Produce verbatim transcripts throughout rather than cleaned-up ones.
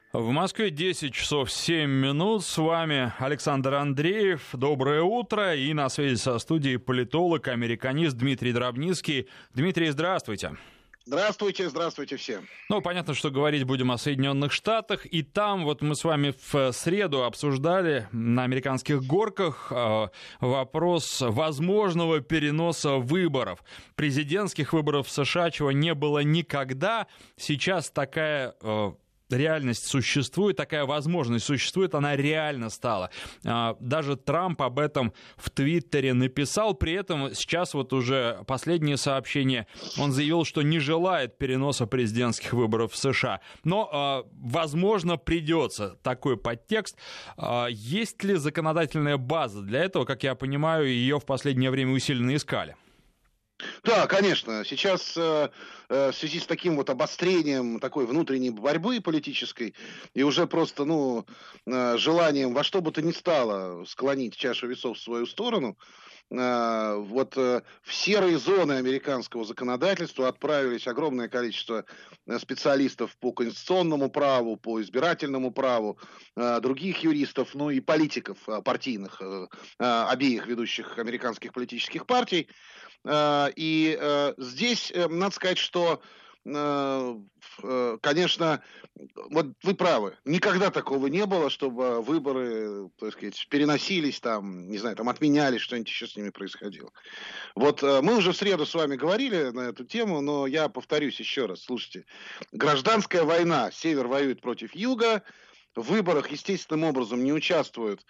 В Москве десять часов семь минут. С вами Александр Андреев. Доброе утро. И на связи со студией политолог, американист Дмитрий Дробницкий. Дмитрий, здравствуйте. Здравствуйте, здравствуйте все. Ну, понятно, что говорить будем о Соединенных Штатах. И там вот мы с вами в среду обсуждали на американских горках э, вопрос возможного переноса выборов. Президентских выборов в США, чего не было никогда. Сейчас такая... Э, реальность существует, такая возможность существует, она реально стала. Даже Трамп об этом в Твиттере написал, при этом сейчас вот уже последнее сообщение, он заявил, что не желает переноса президентских выборов в США. Но, возможно, придется такой подтекст. Есть ли законодательная база для этого? Как я понимаю, ее в последнее время усиленно искали. Да, конечно. Сейчас э, э, в связи с таким вот обострением такой внутренней борьбы политической и уже просто, ну, э, желанием во что бы то ни стало склонить чашу весов в свою сторону, э, вот э, в серые зоны американского законодательства отправились огромное количество специалистов по конституционному праву, по избирательному праву, э, других юристов, ну и политиков э, партийных, э, э, обеих ведущих американских политических партий. И э, здесь э, надо сказать, что, э, э, конечно, вот вы правы, никогда такого не было, чтобы выборы, так сказать, переносились, там, не знаю, там отменялись, что-нибудь еще с ними происходило. Вот э, мы уже в среду с вами говорили на эту тему, но я повторюсь еще раз. Слушайте, гражданская война, север воюет против юга, в выборах естественным образом не участвуют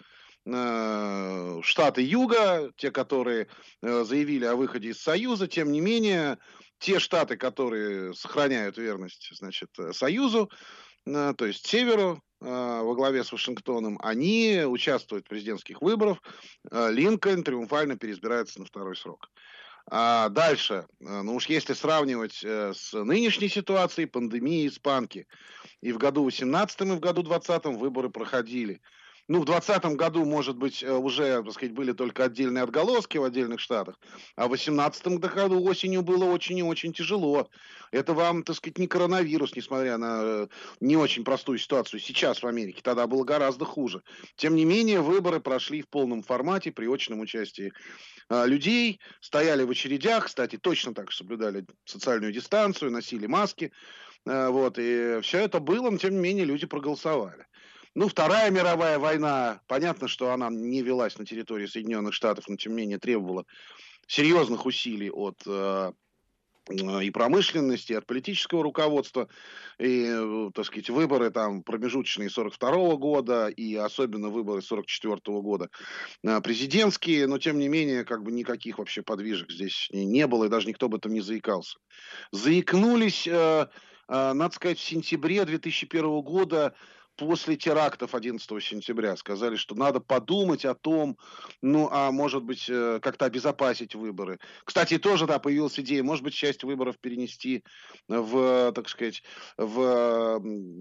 штаты Юга, те, которые заявили о выходе из Союза, тем не менее, те штаты, которые сохраняют верность, значит, Союзу, то есть Северу, во главе с Вашингтоном, они участвуют в президентских выборах. Линкольн триумфально переизбирается на второй срок. А дальше, ну уж если сравнивать с нынешней ситуацией, пандемией, испанки, и в году восемнадцатом, и в году двадцатом выборы проходили. Ну, в двадцатом году, может быть, уже, так сказать, были только отдельные отголоски в отдельных штатах, а в восемнадцатом году осенью было очень и очень тяжело. Это вам, так сказать, не коронавирус, несмотря на не очень простую ситуацию сейчас в Америке, тогда было гораздо хуже. Тем не менее, выборы прошли в полном формате, при очном участии людей, стояли в очередях, кстати, точно так соблюдали социальную дистанцию, носили маски, вот, и все это было, но тем не менее люди проголосовали. Ну, Вторая мировая война, понятно, что она не велась на территории Соединенных Штатов, но тем не менее требовала серьезных усилий от э, и промышленности, и от политического руководства, и, так сказать, выборы там промежуточные сорок второго года, и особенно выборы сорок четвёртого года э, президентские, но тем не менее, как бы никаких вообще подвижек здесь не было, и даже никто об этом не заикался. Заикнулись, э, э, надо сказать, в сентябре две тысячи первого года, после терактов одиннадцатого сентября, сказали, что надо подумать о том, ну, а может быть, как-то обезопасить выборы. Кстати, тоже, да, появилась идея, может быть, часть выборов перенести в, так сказать, в,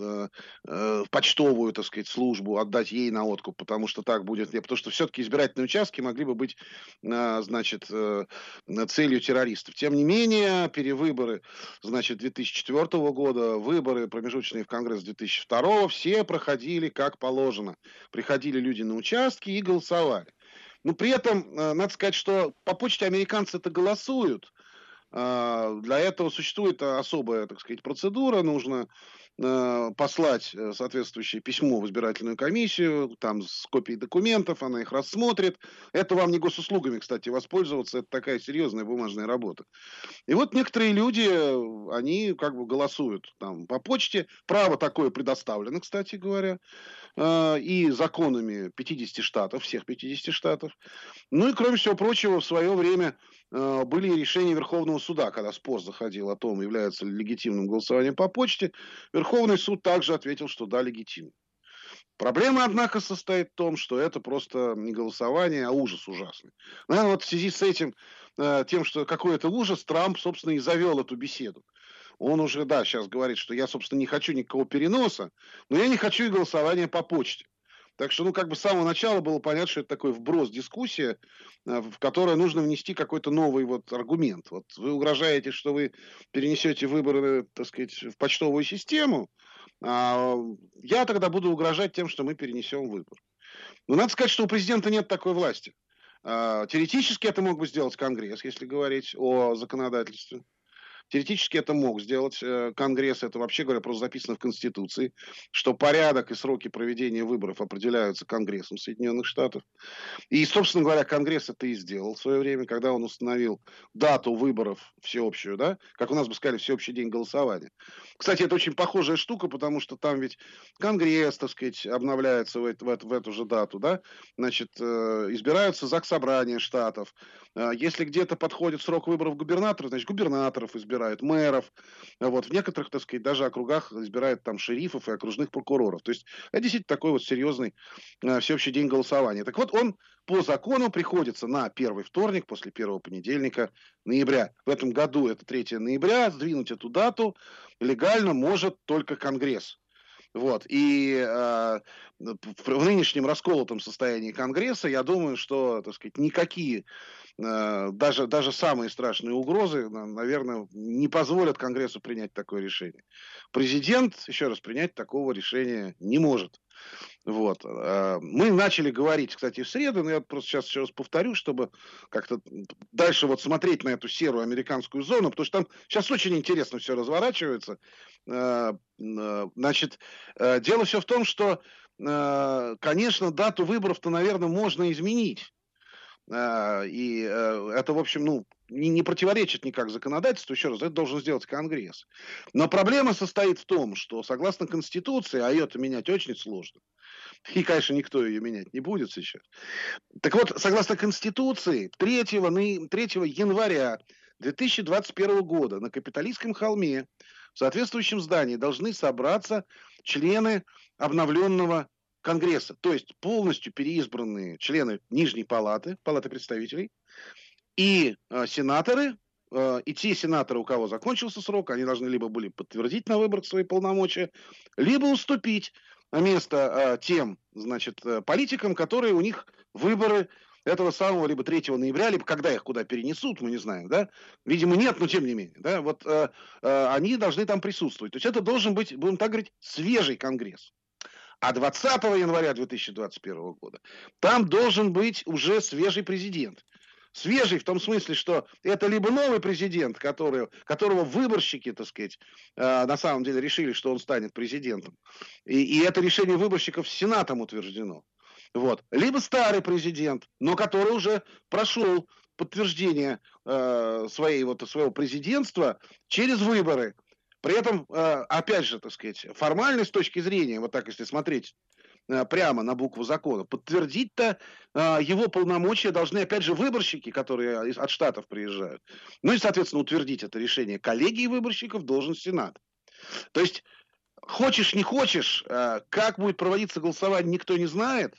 в почтовую, так сказать, службу, отдать ей на откуп, потому что так будет, потому что все-таки избирательные участки могли бы быть, значит, целью террористов. Тем не менее, перевыборы, значит, две тысячи четвёртого года, выборы промежуточные в Конгресс две тысячи второго, все проходили как положено. Приходили люди на участки и голосовали. Но при этом, надо сказать, что по почте американцы-то голосуют. Для этого существует особая, так сказать, процедура. Нужно послать соответствующее письмо в избирательную комиссию, там с копией документов, она их рассмотрит. Это вам не госуслугами, кстати, воспользоваться, это такая серьезная бумажная работа. И вот некоторые люди, они как бы голосуют там по почте. Право такое предоставлено, кстати говоря, и законами пятидесяти штатов, всех пятидесяти штатов. Ну и, кроме всего прочего, в свое время были решения Верховного суда, когда спор заходил о том, является ли легитимным голосование по почте. Верховный суд также ответил, что да, легитимно. Проблема, однако, состоит в том, что это просто не голосование, а ужас ужасный. Наверное, вот в связи с этим, тем, что какой-то ужас, Трамп, собственно, и завел эту беседу. Он уже, да, сейчас говорит, что я, собственно, не хочу никакого переноса, но я не хочу и голосования по почте. Так что, ну, как бы с самого начала было понятно, что это такой вброс, дискуссия, в которой нужно внести какой-то новый вот аргумент. Вот вы угрожаете, что вы перенесете выборы, так сказать, в почтовую систему, я тогда буду угрожать тем, что мы перенесем выбор. Но надо сказать, что у президента нет такой власти. Теоретически это мог бы сделать Конгресс, если говорить о законодательстве. Теоретически это мог сделать Конгресс, это вообще говоря просто записано в Конституции, что порядок и сроки проведения выборов определяются Конгрессом Соединенных Штатов. И, собственно говоря, Конгресс это и сделал в свое время, когда он установил дату выборов всеобщую, да, как у нас бы сказали, всеобщий день голосования. Кстати, это очень похожая штука, потому что там ведь Конгресс, так сказать, обновляется в, это, в, эту, в эту же дату, да, значит, избираются заксобрания штатов. Если где-то подходит срок выборов губернаторов, значит, губернаторов избирают, мэров, вот, в некоторых, так сказать, даже округах избирают там шерифов и окружных прокуроров. То есть, это действительно такой вот серьезный всеобщий день голосования. Так вот, он по закону приходится на первый вторник после первого понедельника ноября. В этом году это третьего ноября, сдвинуть эту дату легально может только Конгресс. Вот. И э, в нынешнем расколотом состоянии Конгресса, я думаю, что, так сказать, никакие, э, даже, даже самые страшные угрозы, наверное, не позволят Конгрессу принять такое решение. Президент, еще раз, принять такого решения не может. Вот. Мы начали говорить, кстати, в среду, но я просто сейчас еще раз повторю, чтобы как-то дальше вот смотреть на эту серую американскую зону, потому что там сейчас очень интересно все разворачивается. Значит, дело все в том, что, конечно, дату выборов-то, наверное, можно изменить. И это, в общем, ну, не противоречит никак законодательству, еще раз, это должен сделать Конгресс. Но проблема состоит в том, что согласно Конституции, а ее-то менять очень сложно, и, конечно, никто ее менять не будет сейчас. Так вот, согласно Конституции, третьего января две тысячи двадцать первого года на Капитолийском холме в соответствующем здании должны собраться члены обновленного Конгресса, то есть полностью переизбранные члены Нижней палаты, Палаты представителей, и э, сенаторы, э, и те сенаторы, у кого закончился срок, они должны либо были подтвердить на выборах свои полномочия, либо уступить место э, тем, значит, э, политикам, которые у них выборы этого самого либо третьего ноября, либо когда их куда перенесут, мы не знаем, да, видимо нет, но тем не менее, да, вот э, э, они должны там присутствовать. То есть это должен быть, будем так говорить, свежий Конгресс. А двадцатого января две тысячи двадцать первого года там должен быть уже свежий президент. Свежий в том смысле, что это либо новый президент, который, которого выборщики, так сказать, э, на самом деле решили, что он станет президентом. И, и это решение выборщиков Сенатом утверждено. Вот. Либо старый президент, но который уже прошел подтверждение э, своей, вот, своего президентства через выборы. При этом, опять же, так сказать, формально с точки зрения, вот так если смотреть прямо на букву закона, подтвердить-то его полномочия должны, опять же, выборщики, которые от штатов приезжают. Ну и, соответственно, утвердить это решение коллегии выборщиков должен Сенат. То есть, хочешь не хочешь, как будет проводиться голосование, никто не знает,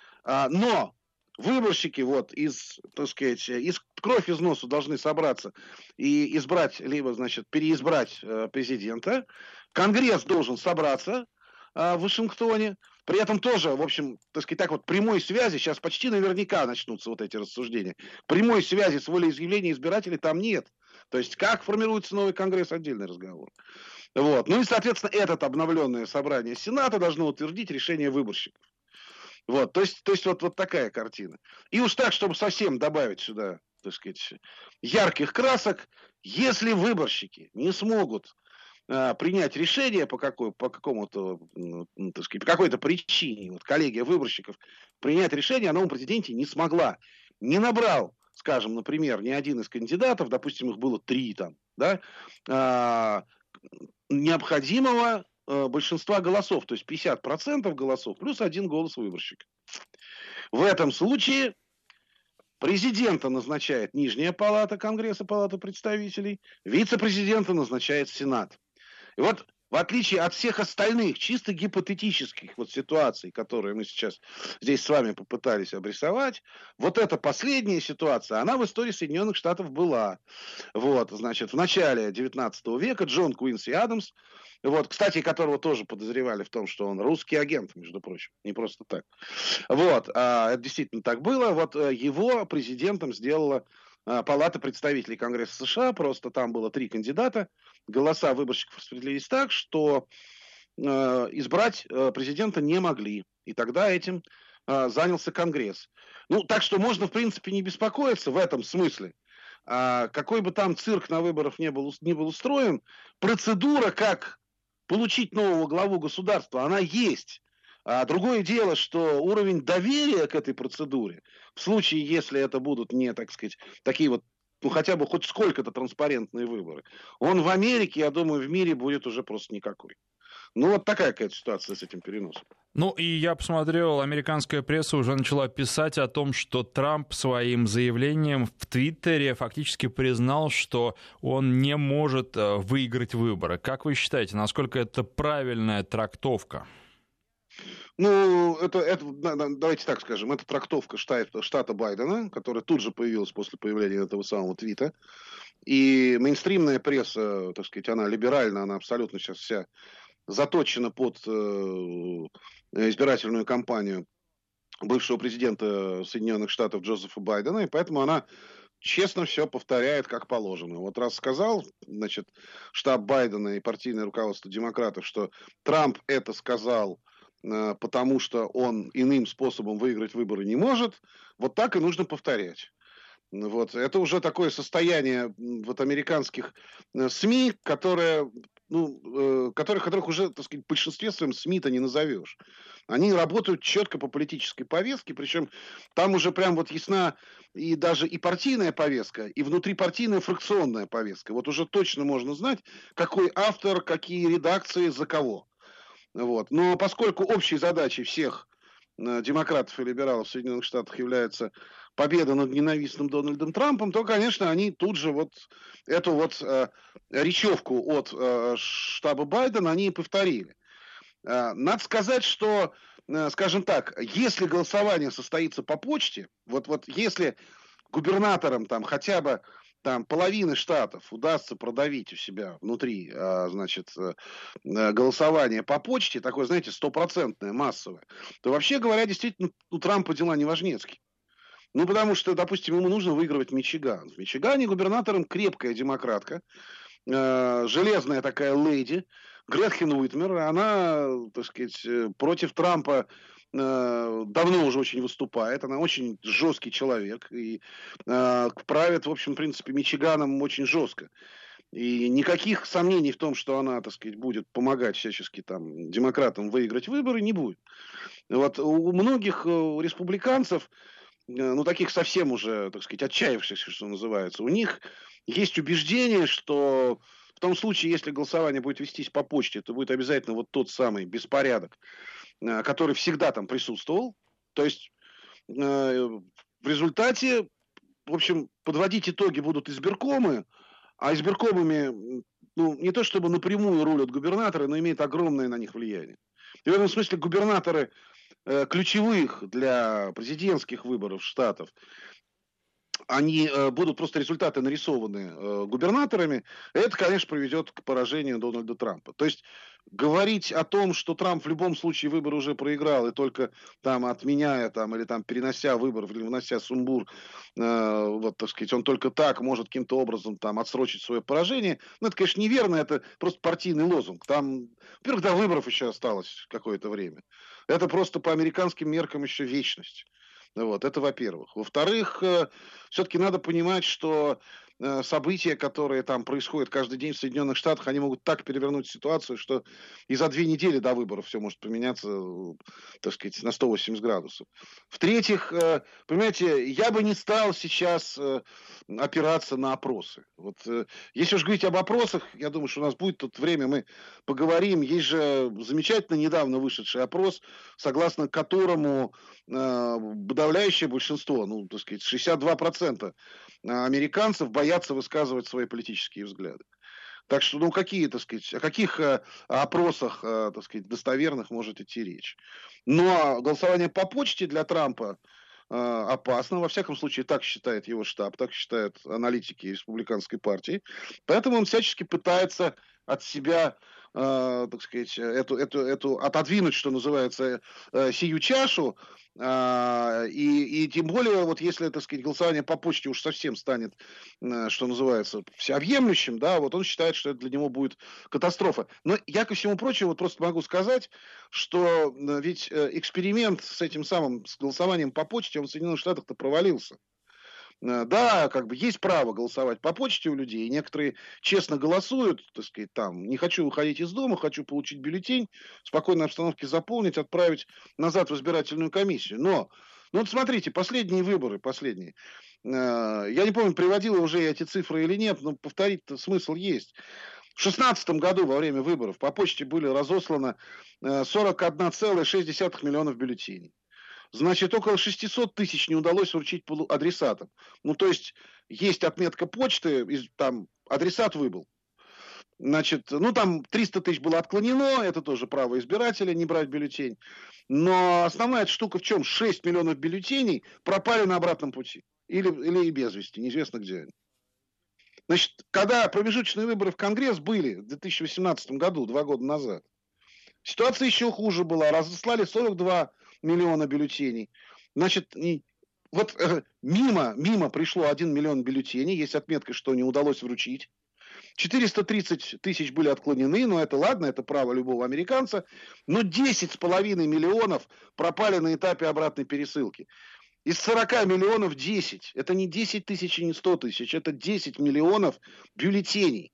но выборщики вот из, так сказать, из кровь из носу должны собраться и избрать, либо, значит, переизбрать э, президента. Конгресс должен собраться э, в Вашингтоне. При этом тоже, в общем, так сказать, так вот, прямой связи, сейчас почти наверняка начнутся вот эти рассуждения, прямой связи с волеизъявлением избирателей там нет. То есть, как формируется новый Конгресс, отдельный разговор. Вот. Ну и, соответственно, это обновленное собрание Сената должно утвердить решение выборщиков. Вот, то есть, то есть вот, вот такая картина. И уж так, чтобы совсем добавить сюда, так сказать, ярких красок, если выборщики не смогут а, принять решение по, какой, по какому-то, ну, так сказать, по какой-то причине, вот коллегия выборщиков принять решение о новом президенте не смогла, не набрал, скажем, например, ни один из кандидатов, допустим, их было три там, да, а, необходимого большинства голосов, то есть пятьдесят процентов голосов плюс один голос выборщика. В этом случае президента назначает Нижняя палата Конгресса, Палата представителей, вице-президента назначает Сенат. И вот в отличие от всех остальных чисто гипотетических вот ситуаций, которые мы сейчас здесь с вами попытались обрисовать, вот эта последняя ситуация, она в истории Соединенных Штатов была. Вот, значит, в начале девятнадцатого века Джон Куинси Адамс, вот, кстати, которого тоже подозревали в том, что он русский агент, между прочим, не просто так. Вот, а, это действительно так было. Вот его президентом сделала а, Палата представителей Конгресса США, просто там было три кандидата. Голоса выборщиков распределились так, что избрать президента не могли. И тогда этим занялся Конгресс. Ну, так что можно, в принципе, не беспокоиться в этом смысле. А какой бы там цирк на выборах не был, не был устроен, процедура, как получить нового главу государства, она есть. А другое дело, что уровень доверия к этой процедуре, в случае, если это будут не, так сказать, такие вот, ну, хотя бы хоть сколько-то транспарентные выборы, он в Америке, я думаю, в мире будет уже просто никакой. Ну, вот такая какая-то ситуация с этим переносом. Ну, и я посмотрел, американская пресса уже начала писать о том, что Трамп своим заявлением в Твиттере фактически признал, что он не может выиграть выборы. Как вы считаете, насколько это правильная трактовка? Ну, это, это, давайте так скажем, это трактовка штата, штата Байдена, которая тут же появилась после появления этого самого твита. И мейнстримная пресса, так сказать, она либеральна, она абсолютно сейчас вся заточена под э, избирательную кампанию бывшего президента Соединенных Штатов Джозефа Байдена, и поэтому она честно все повторяет, как положено. Вот раз сказал, значит, штаб Байдена и партийное руководство демократов, что Трамп это сказал, э, потому что он иным способом выиграть выборы не может, вот так и нужно повторять. Вот. Это уже такое состояние вот, американских СМИ, которое, ну, э, которых, которых уже, так сказать, в большинстве своем СМИ-то не назовешь. Они работают четко по политической повестке, причем там уже прям вот ясна и даже и партийная повестка, и внутрипартийная фракционная повестка. Вот уже точно можно знать, какой автор, какие редакции, за кого. Вот. Но поскольку общей задачей всех демократов и либералов в Соединенных Штатах является победа над ненавистным Дональдом Трампом, то, конечно, они тут же вот эту вот э, речевку от э, штаба Байдена они и повторили. Э, надо сказать, что, э, скажем так, если голосование состоится по почте, вот, вот если губернаторам там хотя бы там половины штатов удастся продавить у себя внутри, а, значит, голосование по почте, такое, знаете, стопроцентное, массовое, то вообще говоря, действительно, у Трампа дела не важнецкие. Ну, потому что, допустим, ему нужно выигрывать Мичиган. В Мичигане губернатором крепкая демократка, э, железная такая леди, Гретхен Уитмер, она, так сказать, против Трампа давно уже очень выступает, она очень жесткий человек и э, правит, в общем, в принципе, Мичиганом очень жестко. И никаких сомнений в том, что она, так сказать, будет помогать всячески там демократам выиграть выборы, не будет. Вот у многих республиканцев, ну, таких совсем уже, так сказать, отчаявшихся, что называется, у них есть убеждение, что в том случае, если голосование будет вестись по почте, то будет обязательно вот тот самый беспорядок, который всегда там присутствовал. То есть э, в результате, в общем, подводить итоги будут избиркомы, а избиркомами, ну, не то чтобы напрямую рулят губернаторы, но имеют огромное на них влияние. И в этом смысле губернаторы э, ключевых для президентских выборов штатов, они э, будут просто результаты нарисованы э, губернаторами, это, конечно, приведет к поражению Дональда Трампа. То есть говорить о том, что Трамп в любом случае выборы уже проиграл, и только там отменяя там, или там перенося выбор, или внося сумбур, э, вот, так сказать, он только так может каким-то образом там отсрочить свое поражение, ну, это, конечно, неверно, это просто партийный лозунг. Там, во-первых, до выборов еще осталось какое-то время. Это просто по американским меркам еще вечность. Вот, это во-первых. Во-вторых, э, все-таки надо понимать, что э, события, которые там происходят каждый день в Соединенных Штатах, они могут так перевернуть ситуацию, что и за две недели до выборов все может поменяться, э, так сказать, на сто восемьдесят градусов. В-третьих, э, понимаете, я бы не стал сейчас э, опираться на опросы. Вот, э, если уж говорить об опросах, я думаю, что у нас будет тут время, мы поговорим. Есть же замечательно недавно вышедший опрос, согласно которому э, подавляющее большинство, ну, так сказать, шестьдесят два процента американцев боятся высказывать свои политические взгляды. Так что, ну, какие, так сказать, о каких э, опросах, э, так сказать, достоверных может идти речь? Но голосование по почте для Трампа э, опасно. Во всяком случае, так считает его штаб, так считают аналитики республиканской партии. Поэтому он всячески пытается от себя э, так сказать, эту, эту, эту, отодвинуть, что называется, э, сию чашу. А, и, и тем более, вот если, так сказать, голосование по почте уж совсем станет, э, что называется, всеобъемлющим, да, вот он считает, что это для него будет катастрофа. Но я, ко всему прочему, вот просто могу сказать, что э, ведь э, эксперимент с этим самым, с голосованием по почте, он в Соединенных Штатах-то провалился. Э, Да, как бы есть право голосовать по почте у людей. Некоторые честно голосуют, так сказать, там, не хочу выходить из дома, хочу получить бюллетень, в спокойной обстановке заполнить, отправить назад в избирательную комиссию. Но, ну вот смотрите, последние выборы, последние. Э, Я не помню, приводила уже я эти цифры или нет, но повторить смысл есть. В шестнадцатом году во время выборов по почте были разослано э, сорок одна целая шесть десятых миллионов бюллетеней. Значит, около шестьсот тысяч не удалось вручить адресатам. Ну, то есть, есть отметка почты, там адресат выбыл. Значит, ну, там триста тысяч было отклонено, это тоже право избирателя, не брать бюллетень. Но основная штука в чем? шесть миллионов бюллетеней пропали на обратном пути. Или, или и без вести, неизвестно где они. Значит, когда промежуточные выборы в Конгресс были в две тысячи восемнадцатом году, два года назад, ситуация еще хуже была. Разослали сорок два миллиона бюллетеней. Значит, вот э, мимо, мимо пришло один миллион бюллетеней. Есть отметка, что не удалось вручить. четыреста тридцать тысяч были отклонены, но это ладно, это право любого американца. Но десять с половиной миллионов пропали на этапе обратной пересылки. Из сорока миллионов десять. Это не десять тысяч и не сто тысяч. Это десять миллионов бюллетеней.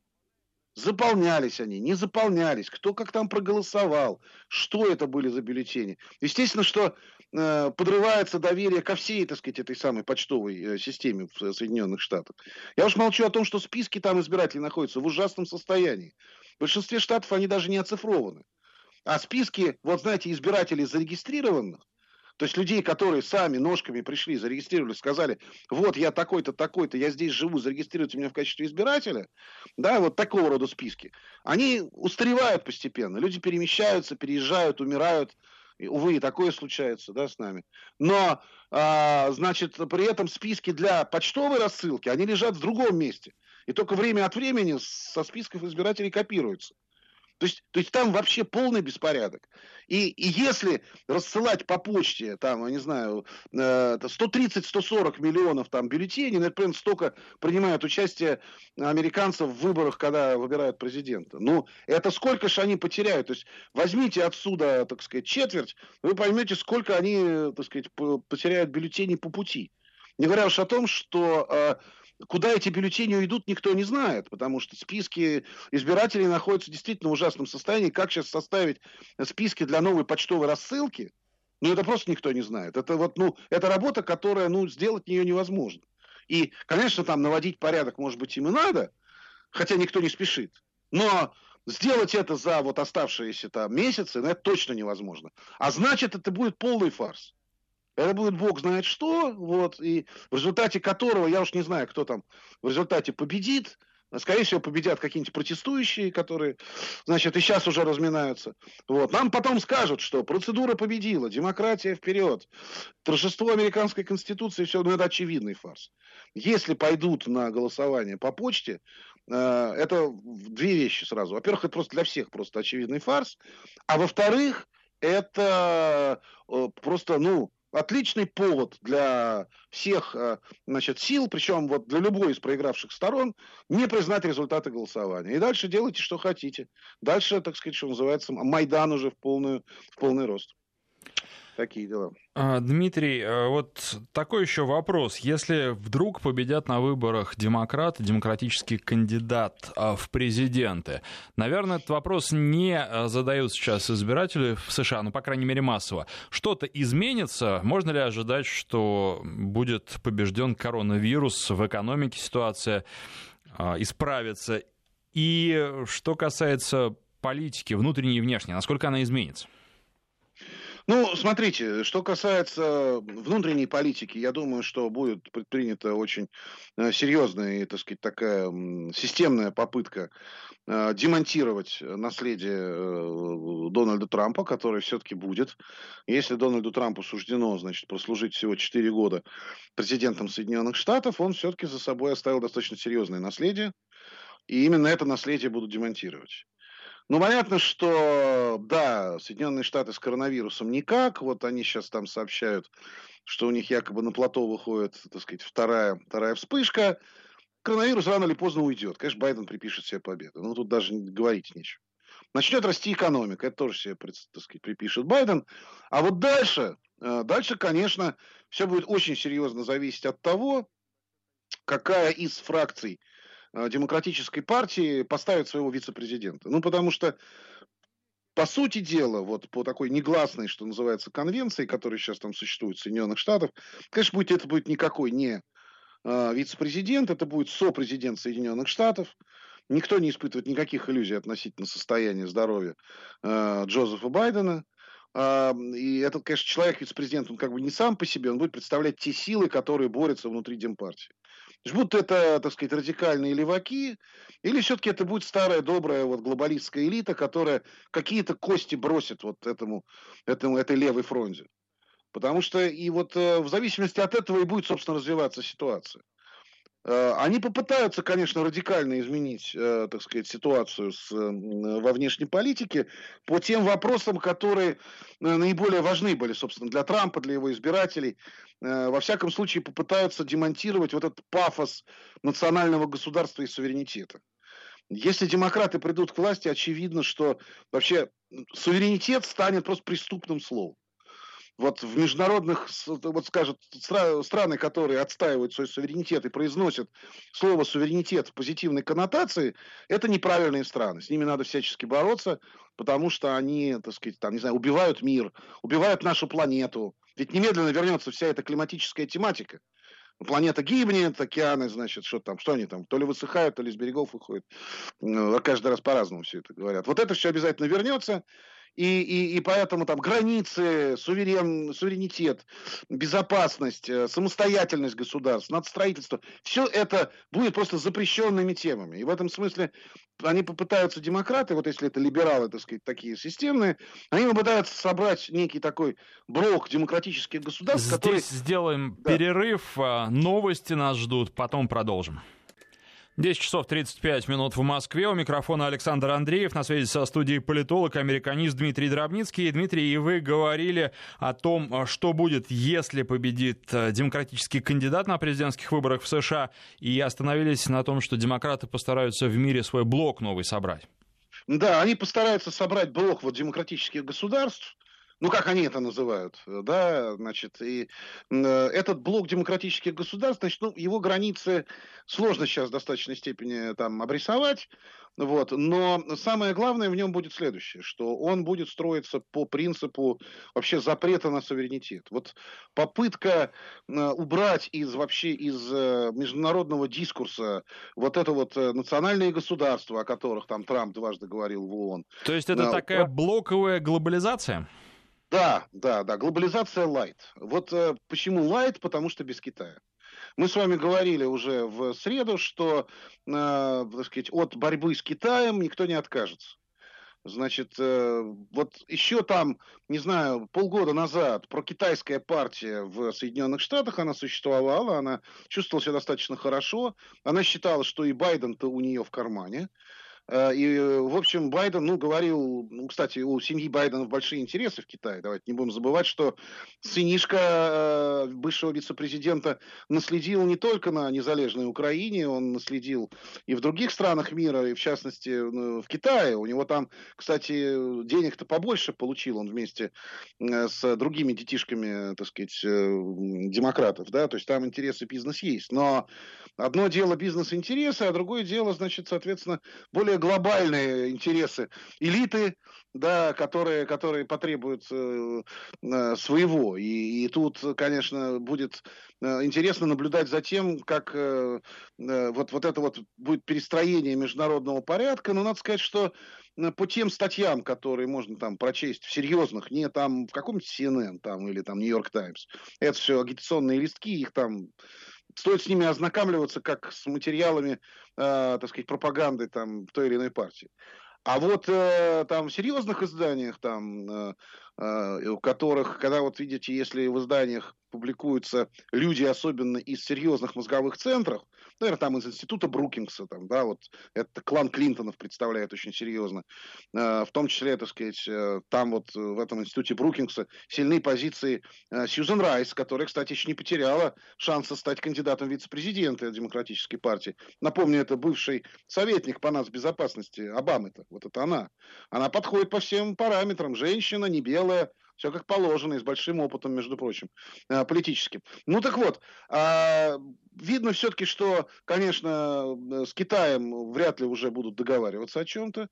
Заполнялись они, не заполнялись, кто как там проголосовал, что это были за бюллетени. Естественно, что э, подрывается доверие ко всей, так сказать, этой самой почтовой э, системе в Соединенных Штатах. Я уж молчу о том, что списки там избирателей находятся в ужасном состоянии. В большинстве штатов они даже не оцифрованы. А списки, вот знаете, избирателей зарегистрированных, то есть людей, которые сами ножками пришли, зарегистрировали, сказали, вот я такой-то, такой-то, я здесь живу, зарегистрируйте меня в качестве избирателя, да, вот такого рода списки, они устаревают постепенно, люди перемещаются, переезжают, умирают, и, увы, и такое случается, да, с нами. Но, а, значит, при этом списки для почтовой рассылки, они лежат в другом месте, и только время от времени со списков избирателей копируются. То есть, то есть там вообще полный беспорядок. И, и если рассылать по почте, там, я не знаю, сто тридцать - сто сорок миллионов там бюллетеней, ну, это примерно столько принимают участие американцев в выборах, когда выбирают президента. Ну, это сколько же они потеряют? То есть возьмите отсюда, так сказать, четверть, вы поймете, сколько они, так сказать, потеряют бюллетеней по пути. Не говоря уж о том, что... Куда эти бюллетени уйдут, никто не знает, потому что списки избирателей находятся действительно в ужасном состоянии. Как сейчас составить списки для новой почтовой рассылки? Ну, это просто никто не знает. Это вот, ну, это работа, которая, ну, сделать ее невозможно. И, конечно, там наводить порядок, может быть, им и надо, хотя никто не спешит. Но сделать это за вот оставшиеся там месяцы, ну, это точно невозможно. А значит, это будет полный фарс. Это будет бог знает что, вот, и в результате которого, я уж не знаю, кто там в результате победит, скорее всего, победят какие-нибудь протестующие, которые, значит, и сейчас уже разминаются. Вот. Нам потом скажут, что процедура победила, демократия вперед, торжество американской конституции, все, ну, это очевидный фарс. Если пойдут на голосование по почте, э, это две вещи сразу. Во-первых, это просто для всех просто очевидный фарс, а во-вторых, это э, просто, ну, отличный повод для всех, значит, сил, причем вот для любой из проигравших сторон, не признать результаты голосования. И дальше делайте, что хотите. Дальше, так сказать, что называется, Майдан уже в, полную, в полный рост. Такие дела. Дмитрий, вот такой еще вопрос. Если вдруг победят на выборах демократы, демократический кандидат в президенты, наверное, этот вопрос не задают сейчас избиратели в США, ну, по крайней мере, массово. Что-то изменится? Можно ли ожидать, что будет побежден коронавирус, в экономике ситуация исправится? И что касается политики, внутренней и внешней, насколько она изменится? Ну, смотрите, что касается внутренней политики, я думаю, что будет предпринята очень серьезная, так сказать, такая системная попытка демонтировать наследие Дональда Трампа, которое все-таки будет. Если Дональду Трампу суждено, значит, прослужить всего четыре года президентом Соединенных Штатов, он все-таки за собой оставил достаточно серьезное наследие, и именно это наследие будут демонтировать. Ну, понятно, что, да, Соединенные Штаты с коронавирусом никак. Вот они сейчас там сообщают, что у них якобы на плато выходит, так сказать, вторая, вторая вспышка. Коронавирус рано или поздно уйдет. Конечно, Байден припишет себе победу. Ну, тут даже говорить нечего. Начнет расти экономика. Это тоже себе, так сказать, припишет Байден. А вот дальше, дальше, конечно, все будет очень серьезно зависеть от того, какая из фракций Демократической партии поставит своего вице-президента. Ну, потому что, по сути дела, вот по такой негласной, что называется, конвенции, которая сейчас там существует в Соединенных Штатах, конечно, будет, это будет никакой не э, вице-президент, это будет сопрезидент Соединенных Штатов. Никто не испытывает никаких иллюзий относительно состояния здоровья э, Джозефа Байдена. Э, и этот, конечно, человек, вице-президент, он как бы не сам по себе, он будет представлять те силы, которые борются внутри Демпартии. Будто это, так сказать, радикальные леваки, или все-таки это будет старая добрая вот глобалистская элита, которая какие-то кости бросит вот этому, этому, этой левой фронте. Потому что и вот в зависимости от этого и будет, собственно, развиваться ситуация. Они попытаются, конечно, радикально изменить, так сказать, ситуацию с, во внешней политике по тем вопросам, которые наиболее важны были, собственно, для Трампа, для его избирателей. Во всяком случае, попытаются демонтировать вот этот пафос национального государства и суверенитета. Если демократы придут к власти, очевидно, что вообще суверенитет станет просто преступным словом. Вот в международных, вот скажут, страны, которые отстаивают свой суверенитет и произносят слово суверенитет в позитивной коннотации, это неправильные страны. С ними надо всячески бороться, потому что они, так сказать, там, не знаю, убивают мир, убивают нашу планету. Ведь немедленно вернется вся эта климатическая тематика. Планета гибнет, океаны, значит, что там, что они там, то ли высыхают, то ли с берегов выходят. Каждый раз по-разному все это говорят. Вот это все обязательно вернется. И, и, и поэтому там границы, суверен, суверенитет, безопасность, самостоятельность государств, надстроительство, все это будет просто запрещенными темами. И в этом смысле они попытаются, демократы, вот если это либералы, так сказать, такие системные, они попытаются собрать некий такой блок демократических государств. Здесь который... сделаем да. перерыв, новости нас ждут, потом продолжим. десять часов тридцать пять минут в Москве. У микрофона Александр Андреев. На связи со студией политолог, американист Дмитрий Дробницкий. Дмитрий, и вы говорили о том, что будет, если победит демократический кандидат на президентских выборах в США, и остановились на том, что демократы постараются в мире свой блок новый собрать. Да, они постараются собрать блок вот демократических государств. Ну, как они это называют, да, значит, и э, этот блок демократических государств, значит, ну, его границы сложно сейчас в достаточной степени там обрисовать, вот, но самое главное в нем будет следующее, что он будет строиться по принципу вообще запрета на суверенитет. Вот попытка э, убрать из вообще из э, международного дискурса вот это вот э, национальные государства, о которых там Трамп дважды говорил в ООН. То есть это э, такая э, блоковая глобализация? Да, да, да, глобализация лайт. Вот э, почему лайт? Потому что без Китая. Мы с вами говорили уже в среду, что, э, так сказать, от борьбы с Китаем никто не откажется. Значит, э, вот еще там, не знаю, полгода назад прокитайская партия в Соединенных Штатах, она существовала, она чувствовала себя достаточно хорошо, она считала, что и Байден-то у нее в кармане. И, в общем, Байден, ну, говорил, ну, кстати, у семьи Байдена большие интересы в Китае. Давайте не будем забывать, что сынишка бывшего вице-президента наследил не только на незалежной Украине, он наследил и в других странах мира, и в частности в Китае. У него там, кстати, денег-то побольше получил он вместе с другими детишками, так сказать, демократов, да, то есть там интересы, бизнес есть. Но одно дело бизнес-интересы, а другое дело, значит, соответственно, более глобальные интересы элиты, да, которые, которые потребуют э, своего. И, и тут, конечно, будет э, интересно наблюдать за тем, как э, э, вот, вот это вот будет перестроение международного порядка. Но надо сказать, что по тем статьям, которые можно там прочесть в серьезных, не там в каком-нибудь си эн эн там, или там Нью-Йорк Таймс, это все агитационные листки, их там стоит с ними ознакомливаться как с материалами, э, так сказать, пропаганды там той или иной партии. А вот э, там в серьезных изданиях, там, э, у которых, когда вот видите, если в изданиях публикуются люди, особенно из серьезных мозговых центров, наверное, там из института Брукингса, там, да, вот это клан Клинтонов представляет очень серьезно, в том числе, так сказать, там вот в этом институте Брукингса сильные позиции Сьюзен Райс, которая, кстати, еще не потеряла шанса стать кандидатом в вице-президента Демократической партии. Напомню, это бывший советник по нацбезопасности Обамы-то, вот это она. Она подходит по всем параметрам, женщина, не белая, все как положено, и с большим опытом, между прочим, политическим. Ну так вот, видно все-таки, что, конечно, с Китаем вряд ли уже будут договариваться о чем-то.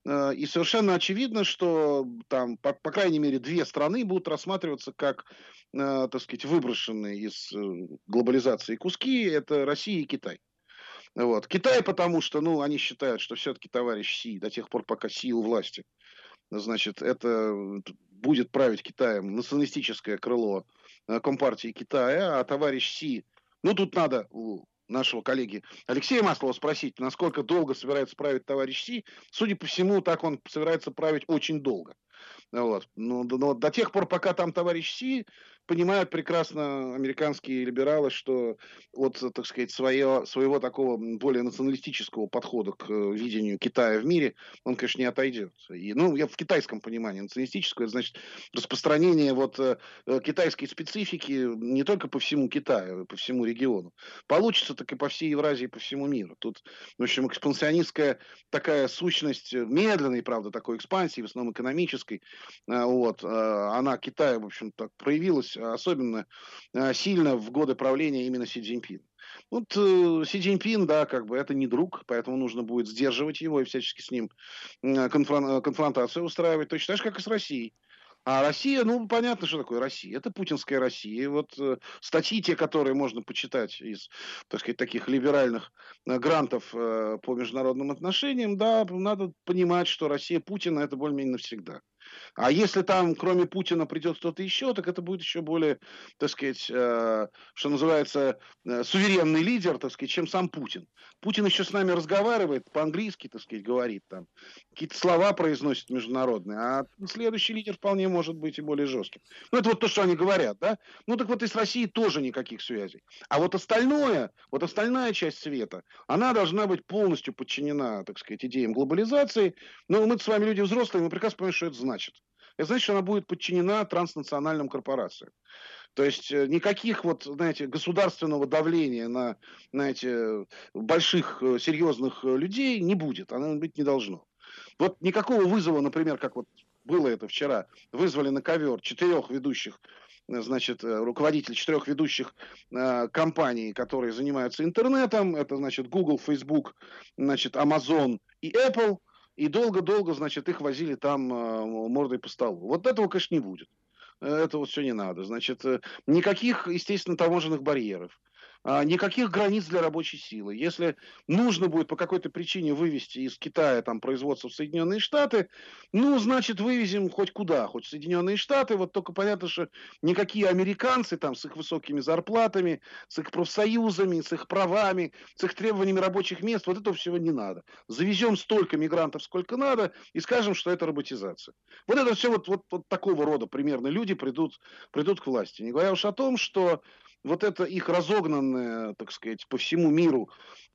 И совершенно очевидно, что там, по, по крайней мере, две страны будут рассматриваться как, так сказать, выброшенные из глобализации куски. Это Россия и Китай. Вот. Китай, потому что, ну, они считают, что все-таки товарищ Си, до тех пор, пока Си у власти, значит, это будет править Китаем националистическое крыло Компартии Китая, а товарищ Си, ну, тут надо у нашего коллеги Алексея Маслова спросить, насколько долго собирается править товарищ Си. Судя по всему, так он собирается править очень долго. Вот. Но, но до тех пор, пока там товарищ Си, понимают прекрасно американские либералы, что от, так сказать, свое, своего такого более националистического подхода к видению Китая в мире он, конечно, не отойдет. И, ну, я в китайском понимании националистического, это значит распространение вот китайской специфики не только по всему Китаю, по всему региону. Получится так и по всей Евразии, и по всему миру. Тут, в общем, экспансионистская такая сущность, медленной, правда, такой экспансии, в основном экономической, вот, она Китаю, в общем, так проявилась особенно сильно в годы правления именно Си Цзиньпина. Вот Си Цзиньпин, да, как бы это не друг, поэтому нужно будет сдерживать его и всячески с ним конфрон- конфронтацию устраивать, точно так же, как и с Россией. А Россия, ну, понятно, что такое Россия. Это путинская Россия. Вот э, статьи, те, которые можно почитать из, так сказать, таких либеральных э, грантов э, по международным отношениям, да, надо понимать, что Россия Путина это более-менее навсегда. А если там, кроме Путина, придет кто-то еще, так это будет еще более, так сказать, э, что называется, э, суверенный лидер, так сказать, чем сам Путин. Путин еще с нами разговаривает, по-английски, так сказать, говорит там, какие-то слова произносит международные, а следующий лидер вполне может быть и более жестким. Ну, это вот то, что они говорят, да? Ну, так вот и с Россией тоже никаких связей. А вот остальное, вот остальная часть света, она должна быть полностью подчинена, так сказать, идеям глобализации. Но мы с вами люди взрослые, мы прекрасно понимаем, что это значит. Это значит, что она будет подчинена транснациональным корпорациям. То есть никаких вот, знаете, государственного давления на, знаете, больших серьезных людей не будет. Оно быть не должно. Вот никакого вызова, например, как вот было это вчера, вызвали на ковер четырех ведущих, значит, руководителей четырех ведущих э, компаний, которые занимаются интернетом. Это, значит, Google, Facebook, значит, Amazon и Apple. И долго-долго, значит, их возили там э, мордой по столу. Вот этого, конечно, не будет. Этого все не надо. Значит, никаких, естественно, таможенных барьеров. Никаких границ для рабочей силы. Если нужно будет по какой-то причине вывести из Китая там, производство в Соединенные Штаты, ну, значит, вывезем хоть куда, хоть в Соединенные Штаты. Вот только понятно, что никакие американцы там с их высокими зарплатами, с их профсоюзами, с их правами, с их требованиями рабочих мест, вот этого всего не надо. Завезем столько мигрантов, сколько надо, и скажем, что это роботизация. Вот это все вот, вот, вот такого рода примерно люди придут, придут к власти. Не говоря уж о том, что вот это их разогнанное, так сказать, по всему миру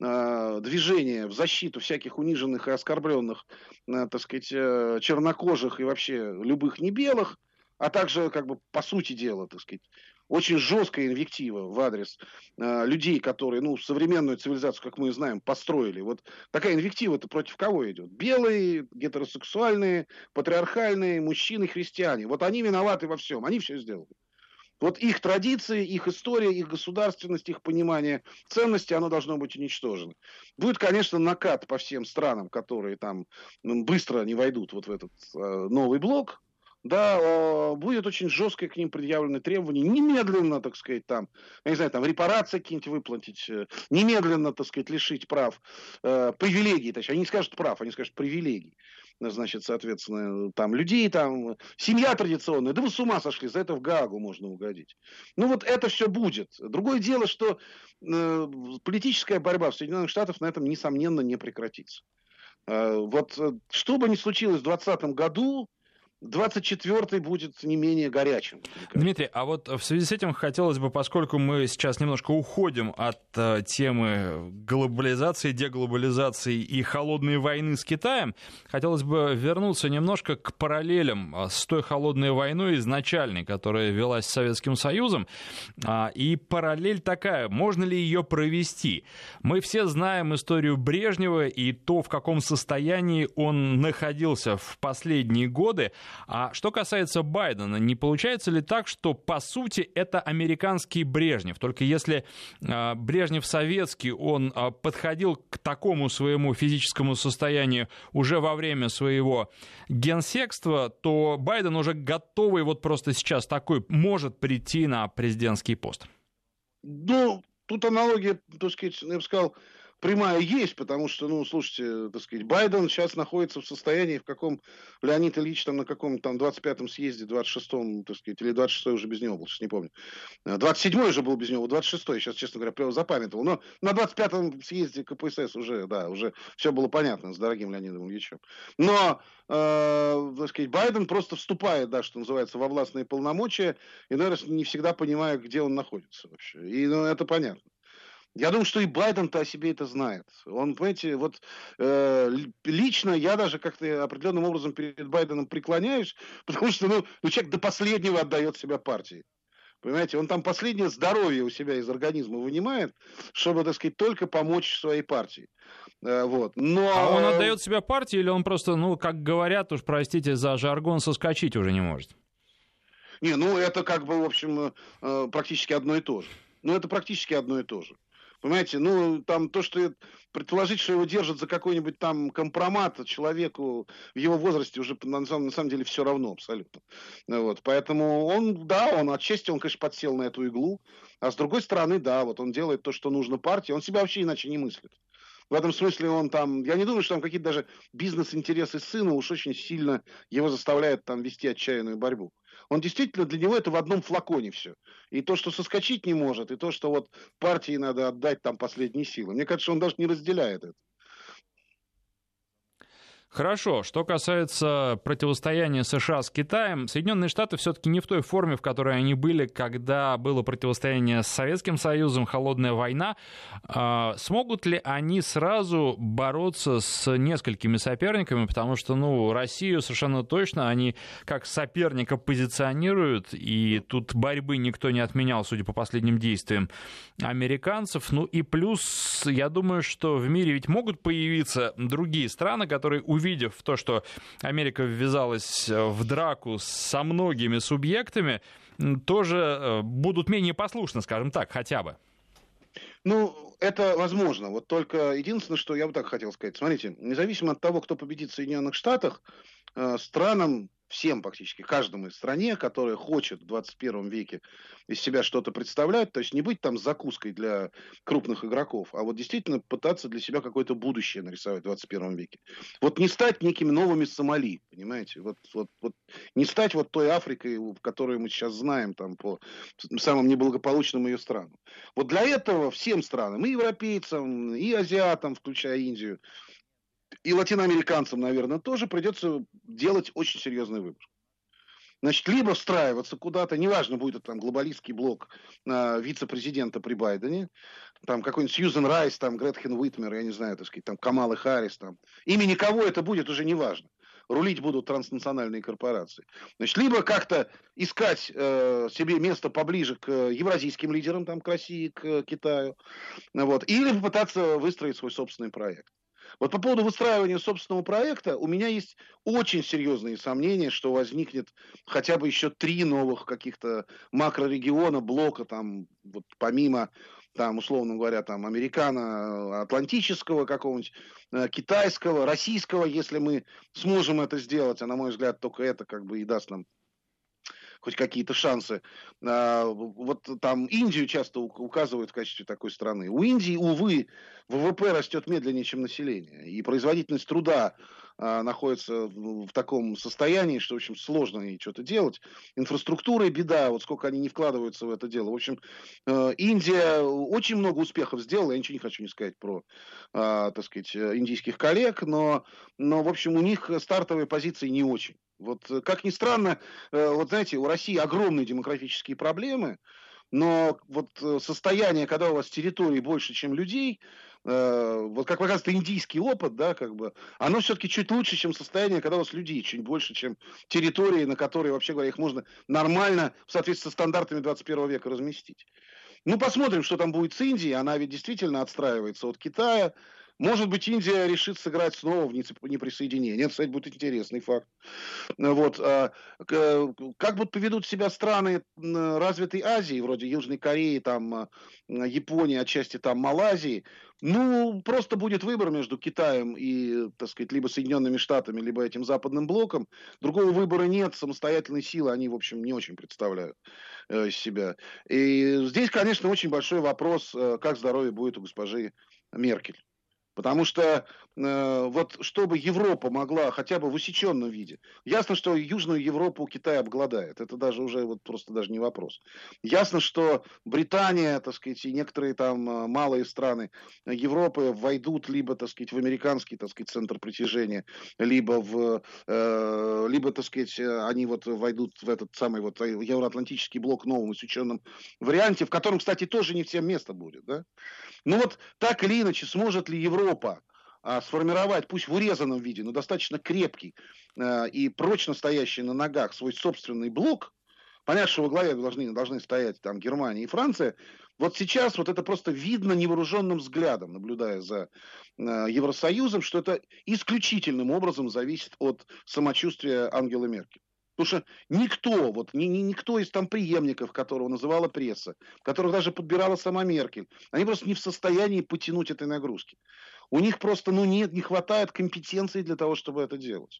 э, движение в защиту всяких униженных и оскорбленных, э, так сказать, э, чернокожих и вообще любых небелых, а также, как бы, по сути дела, так сказать, очень жесткая инвектива в адрес э, людей, которые, ну, современную цивилизацию, как мы знаем, построили. Вот такая инвектива-то против кого идет? Белые, гетеросексуальные, патриархальные, мужчины, христиане. Вот они виноваты во всем, они все сделали. Вот их традиции, их история, их государственность, их понимание ценностей, оно должно быть уничтожено. Будет, конечно, накат по всем странам, которые там быстро не войдут вот в этот э, новый блок. Да, э, будет очень жесткое к ним предъявлены требования. Немедленно, так сказать, там, я не знаю, там, репарации какие-нибудь выплатить, э, немедленно, так сказать, лишить прав, э, привилегий, точнее, они не скажут прав, они скажут привилегий. Значит, соответственно, там людей, там, семья традиционная, да вы с ума сошли, за это в Гаагу можно угодить. Ну вот это все будет. Другое дело, что э, политическая борьба в Соединенных Штатах на этом, несомненно, не прекратится. Э, вот что бы ни случилось в двадцатом году, двадцать четвёртый будет не менее горячим. Дмитрий, а вот в связи с этим хотелось бы, поскольку мы сейчас немножко уходим от э, темы глобализации, деглобализации и холодной войны с Китаем, хотелось бы вернуться немножко к параллелям с той холодной войной изначальной, которая велась с Советским Союзом. А, и параллель такая, можно ли ее провести? Мы все знаем историю Брежнева и то, в каком состоянии он находился в последние годы. А что касается Байдена, не получается ли так, что по сути это американский Брежнев? Только если э, Брежнев советский, он э, подходил к такому своему физическому состоянию уже во время своего генсекства, то Байден уже готовый вот просто сейчас такой может прийти на президентский пост. Ну, тут аналогия, так сказать, я бы сказал, прямая есть, потому что, ну, слушайте, так сказать, Байден сейчас находится в состоянии, в каком Леонид Ильич там на каком-то там двадцать пятом съезде, двадцать шестом, так сказать, или двадцать шестой уже без него был, сейчас не помню. двадцать седьмой уже был без него, двадцать шестой, сейчас, честно говоря, прямо запамятовал. Но на двадцать пятом съезде ка пэ эс эс уже, да, уже все было понятно с дорогим Леонидом Ильичем. Но, э, так сказать, Байден просто вступает, да, что называется, во властные полномочия, и, наверное, не всегда понимая, где он находится вообще. И, ну, это понятно. Я думаю, что и Байден-то о себе это знает. Он, понимаете, вот э, лично я даже как-то определенным образом перед Байденом преклоняюсь, потому что, ну, ну, человек до последнего отдает себя партии. Понимаете, он там последнее здоровье у себя из организма вынимает, чтобы, так сказать, только помочь своей партии. Э, вот. Но... А он отдает себя партии или он просто, ну, как говорят, уж простите за жаргон, соскочить уже не может? Не, ну, это как бы, в общем, э, практически одно и то же. Ну, это практически одно и то же. Понимаете, ну, там то, что предположить, что его держат за какой-нибудь там компромат человеку в его возрасте уже на самом, на самом деле все равно абсолютно. Вот, поэтому он, да, он отчасти, он, конечно, подсел на эту иглу, а с другой стороны, да, вот он делает то, что нужно партии, он себя вообще иначе не мыслит. В этом смысле он там, я не думаю, что там какие-то даже бизнес-интересы сына уж очень сильно его заставляют там вести отчаянную борьбу. Он действительно, для него это в одном флаконе все. И то, что соскочить не может, и то, что вот партии надо отдать там последние силы. Мне кажется, он даже не разделяет это. Хорошо. Что касается противостояния США с Китаем, Соединенные Штаты все-таки не в той форме, в которой они были, когда было противостояние с Советским Союзом, холодная война. А, смогут ли они сразу бороться с несколькими соперниками? Потому что, ну, Россию совершенно точно они как соперника позиционируют, и тут борьбы никто не отменял, судя по последним действиям американцев. Ну и плюс, я думаю, что в мире ведь могут появиться другие страны, которые увидят, увидев то, что Америка ввязалась в драку со многими субъектами, тоже будут менее послушны, скажем так, хотя бы. Ну, это возможно. Вот только единственное, что я бы так хотел сказать. Смотрите, независимо от того, кто победит в Соединенных Штатах, странам, всем практически, каждому из стране, которая хочет в двадцать первом веке из себя что-то представлять, то есть не быть там закуской для крупных игроков, а вот действительно пытаться для себя какое-то будущее нарисовать в двадцать первом веке. Вот не стать некими новыми Сомали, понимаете? Вот, вот, вот не стать вот той Африкой, которую мы сейчас знаем там по самым неблагополучным ее странам. Вот для этого всем странам, и европейцам, и азиатам, включая Индию, и латиноамериканцам, наверное, тоже придется делать очень серьезный выбор. Значит, либо встраиваться куда-то, неважно, будет это там глобалистский блок э, вице-президента при Байдене, там какой-нибудь Сьюзен Райс, там Гретхен Уитмер, я не знаю, так сказать, там Камалы Харрис, там. Имени кого это будет, уже неважно. Рулить будут транснациональные корпорации. Значит, либо как-то искать э, себе место поближе к евразийским лидерам, там, к России, к Китаю, вот, или попытаться выстроить свой собственный проект. Вот по поводу выстраивания собственного проекта у меня есть очень серьезные сомнения, что возникнет хотя бы еще три новых каких-то макрорегиона, блока, там, вот помимо, там, условно говоря, там, американо-атлантического какого-нибудь, э, китайского, российского, если мы сможем это сделать, а на мой взгляд, только это как бы и даст нам хоть какие-то шансы. Вот там Индию часто указывают в качестве такой страны. У Индии, увы, ВВП растет медленнее, чем население. И производительность труда находится в таком состоянии, что, в общем, сложно ей что-то делать. Инфраструктура и беда, вот сколько они не вкладываются в это дело. В общем, Индия очень много успехов сделала. Я ничего не хочу не сказать про, так сказать, индийских коллег, но, но в общем, у них стартовые позиции не очень. Вот, как ни странно, вот знаете, у России огромные демографические проблемы, но вот состояние, когда у вас территории больше, чем людей, вот как показывает индийский опыт, да, как бы, оно все-таки чуть лучше, чем состояние, когда у вас людей чуть больше, чем территории, на которые, вообще говоря, их можно нормально в соответствии со стандартами двадцать первого века разместить. Ну, посмотрим, что там будет с Индией. Она ведь действительно отстраивается от Китая. Может быть, Индия решит сыграть снова в неприсоединение. Это, кстати, будет интересный факт. Вот. Как будут поведут себя страны развитой Азии, вроде Южной Кореи, там, Японии, отчасти там Малайзии, ну, просто будет выбор между Китаем и, так сказать, либо Соединенными Штатами, либо этим западным блоком. Другого выбора нет, самостоятельной силы они, в общем, не очень представляют э, себя. И здесь, конечно, очень большой вопрос, э, как здоровье будет у госпожи Меркель. Потому что э, вот чтобы Европа могла хотя бы в усеченном виде, ясно, что Южную Европу Китай обгладает, это даже уже вот просто даже не вопрос. Ясно, что Британия, так сказать, и некоторые там малые страны Европы войдут либо, так сказать, в американский, так сказать, центр притяжения, либо в, э, либо, так сказать, они вот войдут в этот самый вот евроатлантический блок в новом усеченном варианте, в котором, кстати, тоже не всем место будет, да? Ну вот так или иначе, сможет ли Европа а, сформировать, пусть в урезанном виде, но достаточно крепкий а, и прочно стоящий на ногах свой собственный блок? Понятно, что во главе должны, должны стоять там Германия и Франция. Вот сейчас вот это просто видно невооруженным взглядом, наблюдая за а, Евросоюзом, что это исключительным образом зависит от самочувствия Ангелы Меркель. Потому что никто, вот, ни, ни, никто из там преемников, которого называла пресса, которых даже подбирала сама Меркель, они просто не в состоянии потянуть этой нагрузки. У них просто, ну, нет, не хватает компетенции для того, чтобы это делать.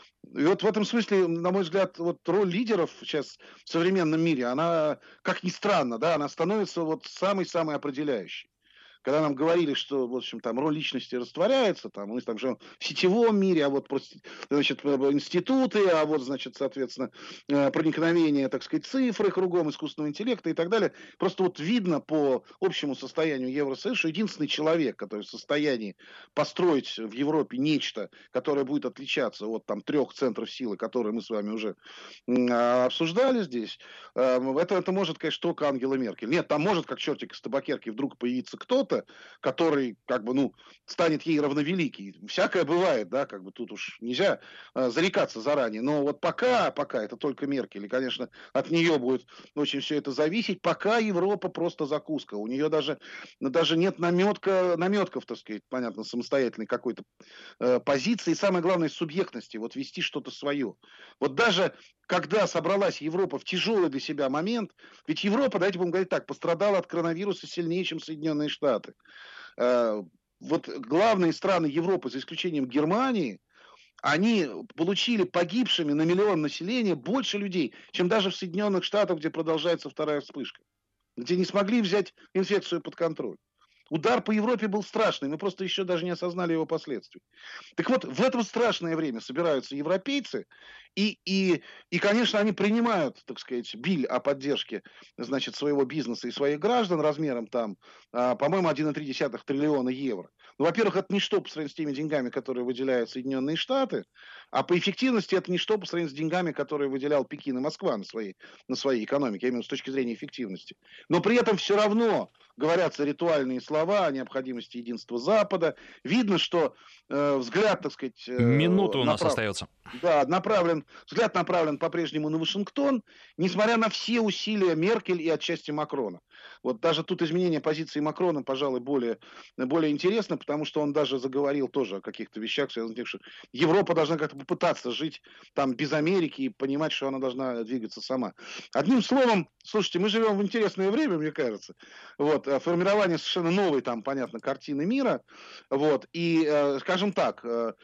И вот в этом смысле, на мой взгляд, вот роль лидеров сейчас в современном мире, она, как ни странно, да, она становится вот самой-самой определяющей. Когда нам говорили, что, в общем, там роль личности растворяется, там, мы там живем в сетевом мире, а вот, значит, институты, а вот, значит, соответственно, проникновение, так сказать, цифры кругом, искусственного интеллекта и так далее. Просто вот видно по общему состоянию Евросоюза, что единственный человек, который в состоянии построить в Европе нечто, которое будет отличаться от там трех центров силы, которые мы с вами уже обсуждали здесь, это, это может, конечно, только Ангела Меркель. Нет, там может, как чертик из табакерки, вдруг появиться кто-то, который, как бы, ну, станет ей равновеликий. Всякое бывает, да, как бы тут уж нельзя э, зарекаться заранее. Но вот пока, пока это только Меркель, и, конечно, от нее будет очень все это зависеть, пока Европа просто закуска. У нее даже, даже нет наметка, наметков, так сказать, понятно, самостоятельной какой-то э, позиции, и самое главное, субъектности, вот вести что-то свое. Вот даже когда собралась Европа в тяжелый для себя момент, ведь Европа, давайте будем говорить так, пострадала от коронавируса сильнее, чем Соединенные Штаты. Вот главные страны Европы, за исключением Германии, они получили погибшими на миллион населения больше людей, чем даже в Соединенных Штатах, где продолжается вторая вспышка, где не смогли взять инфекцию под контроль. Удар по Европе был страшный, мы просто еще даже не осознали его последствий. Так вот, в это страшное время собираются европейцы, и, и, и, конечно, они принимают, так сказать, биль о поддержке, значит, своего бизнеса и своих граждан размером там, а, по-моему, один целых три десятых триллиона евро. Ну, во-первых, это ничто по сравнению с теми деньгами, которые выделяют Соединенные Штаты, а по эффективности это ничто по сравнению с деньгами, которые выделял Пекин и Москва на своей, на своей экономике, именно с точки зрения эффективности. Но при этом все равно говорятся ритуальные слова о необходимости единства Запада. Видно, что э, взгляд, так сказать... Э, Минута у нас направ... остается. Да, направлен, взгляд направлен по-прежнему на Вашингтон, несмотря на все усилия Меркель и отчасти Макрона. Вот даже тут изменение позиции Макрона, пожалуй, более, более интересно, потому что он даже заговорил тоже о каких-то вещах, связанных с тем, что Европа должна как-то попытаться жить там без Америки и понимать, что она должна двигаться сама. Одним словом, слушайте, мы живем в интересное время, мне кажется. Вот, формирование совершенно новой, там, понятно, картины мира. Вот, и, скажем так,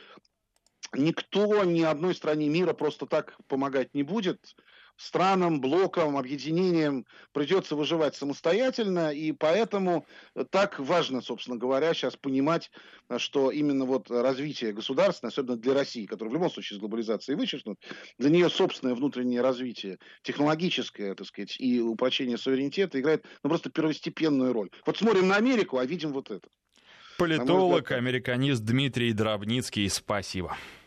никто ни одной стране мира просто так помогать не будет. Странам, блокам, объединениям придется выживать самостоятельно, и поэтому так важно, собственно говоря, сейчас понимать, что именно вот развитие государства, особенно для России, которая в любом случае с глобализацией вычеркнут, для нее собственное внутреннее развитие, технологическое, так сказать, и упрочение суверенитета играет, ну, просто первостепенную роль. Вот смотрим на Америку, а видим вот это. Политолог, американист Дмитрий Дробницкий, спасибо.